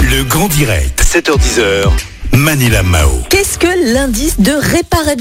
Le Grand Direct, 7h10, Manila Mao. Qu'est-ce que l'indice de réparabilité ?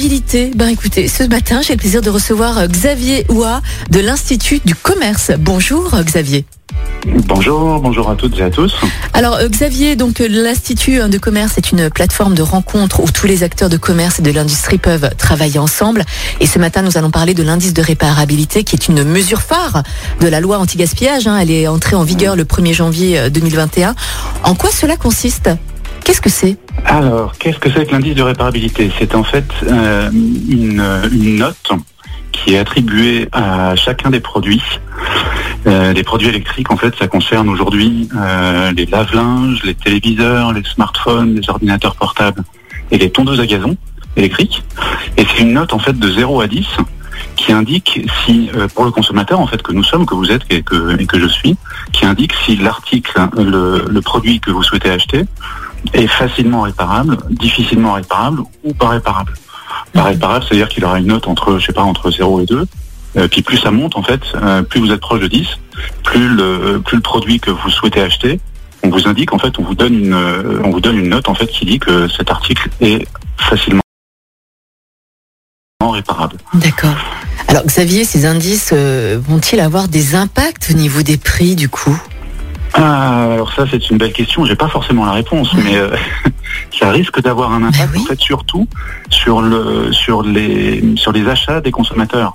Écoutez, ce matin, j'ai le plaisir de recevoir Xavier Houa de l'Institut du Commerce. Bonjour Xavier. Bonjour à toutes et à tous. Alors Xavier, donc l'Institut de Commerce est une plateforme de rencontre où tous les acteurs de commerce et de l'industrie peuvent travailler ensemble. Et ce matin, nous allons parler de l'indice de réparabilité qui est une mesure phare de la loi anti-gaspillage. Elle est entrée en vigueur le 1er janvier 2021. En quoi cela consiste ? Qu'est-ce que c'est ? Alors, qu'est-ce que c'est que l'indice de réparabilité ? C'est en fait une note qui est attribuée à chacun des produits. Les produits électriques, en fait, ça concerne aujourd'hui les lave-linges, les téléviseurs, les smartphones, les ordinateurs portables et les tondeuses à gazon électriques. Et c'est une note, en fait, de 0 à 10 qui indique si, pour le consommateur, en fait, que nous sommes, que vous êtes et que je suis, qui indique si l'article, le produit que vous souhaitez acheter est facilement réparable, difficilement réparable ou pas réparable. Pas réparable, c'est-à-dire qu'il aura une note entre 0 et 2. Puis plus ça monte, en fait, plus vous êtes proche de 10, plus le produit que vous souhaitez acheter, on vous indique, en fait, on vous donne une note, en fait, qui dit que cet article est facilement réparable. D'accord. Alors Xavier, ces indices vont-ils avoir des impacts au niveau des prix, du coup ? Alors ça, c'est une belle question. J'ai pas forcément la réponse, mais ça risque d'avoir un impact, en fait, surtout sur les achats des consommateurs.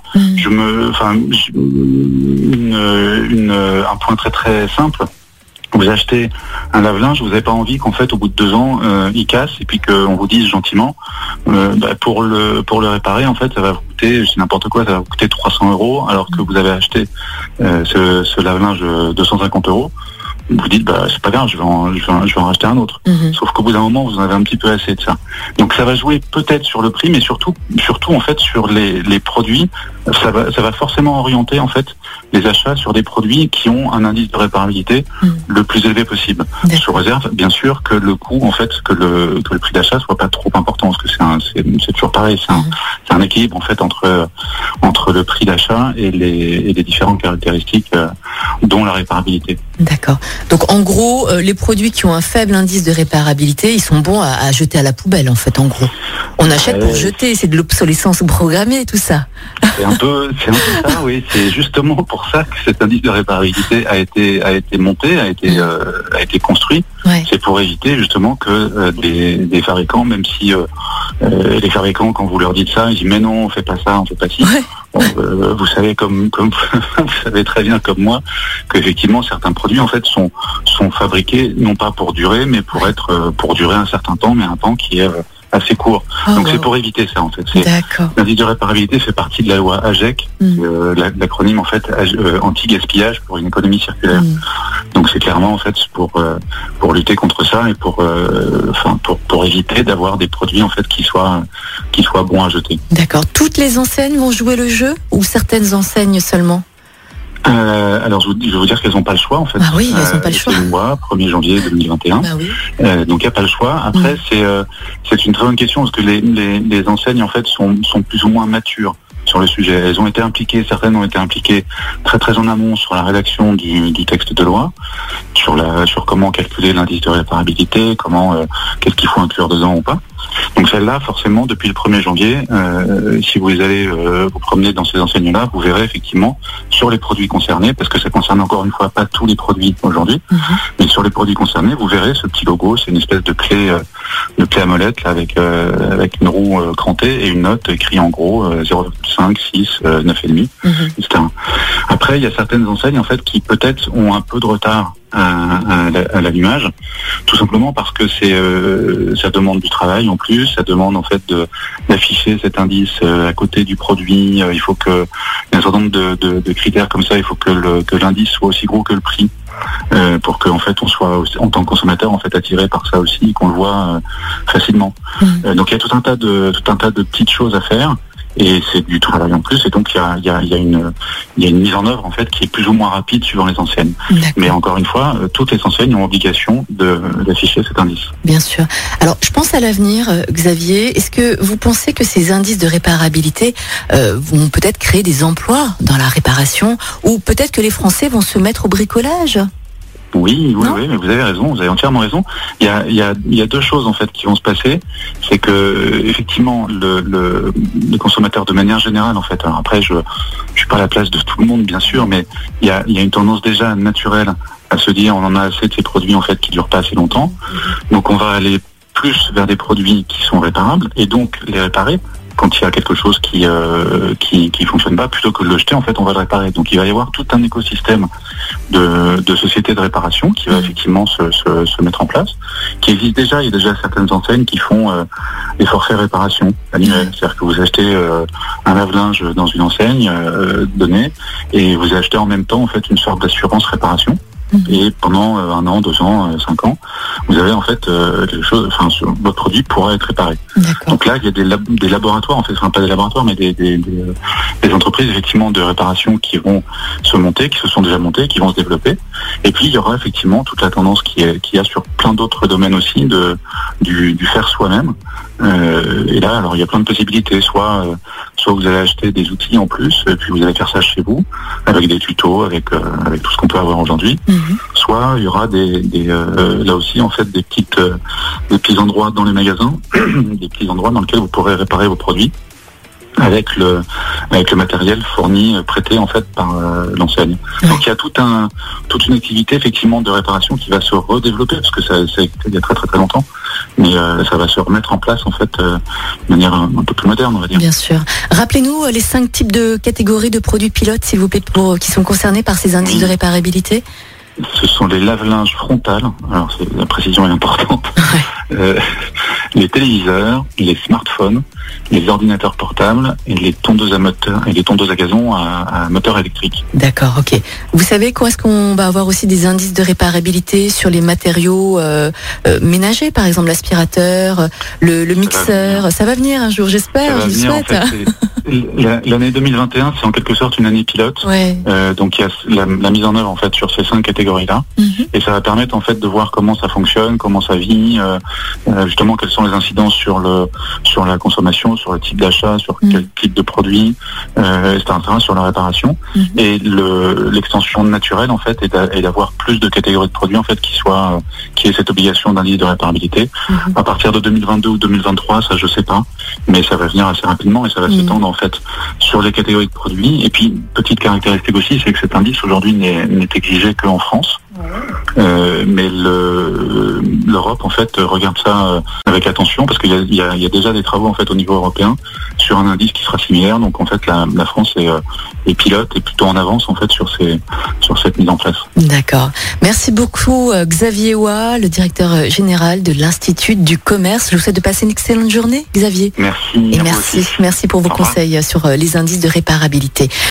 Un point très très simple. Vous achetez un lave-linge, vous n'avez pas envie qu'en fait, au bout de 2 ans, il casse et puis qu'on vous dise gentiment, pour le réparer, en fait, ça va vous coûter, c'est n'importe quoi, ça va vous coûter 300 €, alors que vous avez acheté ce lave-linge 250 €. Vous dites, c'est pas grave, je vais en racheter un autre. Sauf qu'au bout d'un moment, vous en avez un petit peu assez de ça. Donc ça va jouer peut-être sur le prix, mais surtout en fait sur les produits. Ça va forcément orienter, en fait, les achats sur des produits qui ont un indice de réparabilité le plus élevé possible. Sous réserve, bien sûr, que le coût, en fait, que le prix d'achat soit pas trop important, parce que c'est toujours pareil, c'est un équilibre, en fait, entre le prix d'achat et les différentes caractéristiques dont la réparabilité. D'accord. Donc en gros, les produits qui ont un faible indice de réparabilité, ils sont bons à jeter à la poubelle, en fait, en gros. On achète pour jeter, c'est de l'obsolescence programmée, tout ça. C'est un peu ça, oui. C'est justement pour ça que cet indice de réparabilité a été monté, a été construit. Ouais. C'est pour éviter justement que des fabricants, même si les fabricants, quand vous leur dites ça, ils disent mais non, on fait pas ça, on fait pas ci. Ouais. Vous savez comme vous savez très bien comme moi qu'effectivement certains produits, en fait, sont fabriqués non pas pour durer, mais pour durer un certain temps, mais un temps qui est assez court. Donc c'est pour éviter ça, en fait. L'indice de réparabilité fait partie de la loi AGEC, l'acronyme, en fait, anti-gaspillage pour une économie circulaire. Donc c'est clairement, en fait, pour lutter contre ça et pour éviter d'avoir des produits, en fait, qui soient bons à jeter. D'accord. Toutes les enseignes vont jouer le jeu ou certaines enseignes seulement ? Alors je vais vous dire qu'elles n'ont pas le choix, en fait. Ah oui, elles n'ont pas le choix. C'est une loi, 1er janvier 2021. Donc il n'y a pas le choix. Après, c'est une très bonne question parce que les enseignes, en fait, sont plus ou moins matures sur le sujet. Certaines ont été impliquées très très en amont sur la rédaction du texte de loi, sur comment calculer l'indice de réparabilité, qu'est-ce qu'il faut inclure dedans ou pas. Donc celle-là, forcément, depuis le 1er janvier, si vous allez vous promener dans ces enseignes-là, vous verrez effectivement sur les produits concernés, parce que ça concerne encore une fois pas tous les produits aujourd'hui, mais sur les produits concernés, vous verrez ce petit logo, c'est une espèce de clé à molette là, avec une roue crantée et une note écrite en gros 0,5, 6, 9,5, etc. Après, il y a certaines enseignes, en fait, qui peut-être ont un peu de retard à l'allumage, tout simplement parce que ça demande du travail en plus, ça demande, en fait, d'afficher cet indice à côté du produit. Il faut que, il y a un certain nombre de critères comme ça, il faut que l'indice soit aussi gros que le prix. Pour que, en fait, on soit en tant que consommateur, en fait, attiré par ça aussi, qu'on le voit facilement. Donc il y a tout un tas de petites choses à faire. Et c'est du travail en plus, et donc il y a une mise en œuvre, en fait, qui est plus ou moins rapide suivant les enseignes. Mais encore une fois, toutes les enseignes ont obligation d'afficher cet indice. Bien sûr. Alors je pense à l'avenir, Xavier. Est-ce que vous pensez que ces indices de réparabilité vont peut-être créer des emplois dans la réparation, ou peut-être que les Français vont se mettre au bricolage ? Oui, mais vous avez raison, vous avez entièrement raison. Il y a deux choses en fait qui vont se passer. C'est que effectivement le consommateur de manière générale en fait. Alors après, je suis pas à la place de tout le monde bien sûr, mais il y a une tendance déjà naturelle à se dire on en a assez de ces produits en fait qui durent pas assez longtemps. Donc on va aller plus vers des produits qui sont réparables et donc les réparer quand il y a quelque chose qui fonctionne pas, plutôt que de le jeter, en fait, on va le réparer. Donc il va y avoir tout un écosystème de sociétés de réparation qui va effectivement se mettre en place, qui existe déjà. Il y a déjà certaines enseignes qui font des forfaits réparation annuels. C'est-à-dire que vous achetez un lave-linge dans une enseigne donnée et vous achetez en même temps en fait une sorte d'assurance réparation. Et pendant 1 an, 2 ans, 5 ans, vous avez en fait quelque chose, enfin votre produit pourra être réparé. D'accord. Donc là, il y a des laboratoires, en fait, enfin pas des laboratoires, mais des entreprises effectivement de réparation qui vont se monter, qui se sont déjà montées, qui vont se développer. Et puis il y aura effectivement toute la tendance qu'il y a sur plein d'autres domaines aussi du faire soi-même. Et là, alors il y a plein de possibilités. Soit vous allez acheter des outils en plus, et puis vous allez faire ça chez vous, avec des tutos, avec tout ce qu'on peut avoir aujourd'hui. Soit il y aura là aussi en fait des petits endroits dans les magasins, des petits endroits dans lesquels vous pourrez réparer vos produits avec le matériel fourni, prêté en fait par l'enseigne. Donc il y a toute une activité effectivement de réparation qui va se redévelopper parce que ça existait il y a très très très longtemps, mais ça va se remettre en place en fait de manière un peu plus moderne, on va dire. Bien sûr. Rappelez-nous les 5 types de catégories de produits pilotes, s'il vous plaît, qui sont concernés par ces indices de réparabilité. Ce sont les lave-linges frontales, alors la précision est importante, les téléviseurs, les smartphones, les ordinateurs portables et les tondeuses à moteur et les tondeuses à gazon à moteur électrique. D'accord, ok. Vous savez quand est-ce qu'on va avoir aussi des indices de réparabilité sur les matériaux ménagers, par exemple l'aspirateur, le mixeur, ça va venir un jour, j'espère, je le souhaite. En fait, l'année 2021, c'est en quelque sorte une année pilote. Ouais. Donc il y a la mise en œuvre en fait sur ces 5 catégories-là, et ça va permettre en fait de voir comment ça fonctionne, comment ça vit, justement quelles sont les incidences sur la consommation, sur le type d'achat, sur quel type de produit, etc., sur la réparation. Et l'extension naturelle en fait est d'avoir plus de catégories de produits en fait qui aient cette obligation d'indice de réparabilité. À partir de 2022 ou 2023, ça je sais pas, mais ça va venir assez rapidement et ça va s'étendre en fait sur les catégories de produits. Et puis petite caractéristique aussi, c'est que cet indice aujourd'hui n'est exigé qu'en France. Mais l'Europe en fait regarde ça avec attention parce qu'il y a déjà des travaux en fait au niveau européen sur un indice qui sera similaire. Donc en fait la France est pilote et plutôt en avance en fait sur cette mise en place. D'accord. Merci beaucoup Xavier Oy, le directeur général de l'Institut du Commerce. Je vous souhaite de passer une excellente journée, Xavier. Merci. Et merci pour vos conseils sur les indices de réparabilité.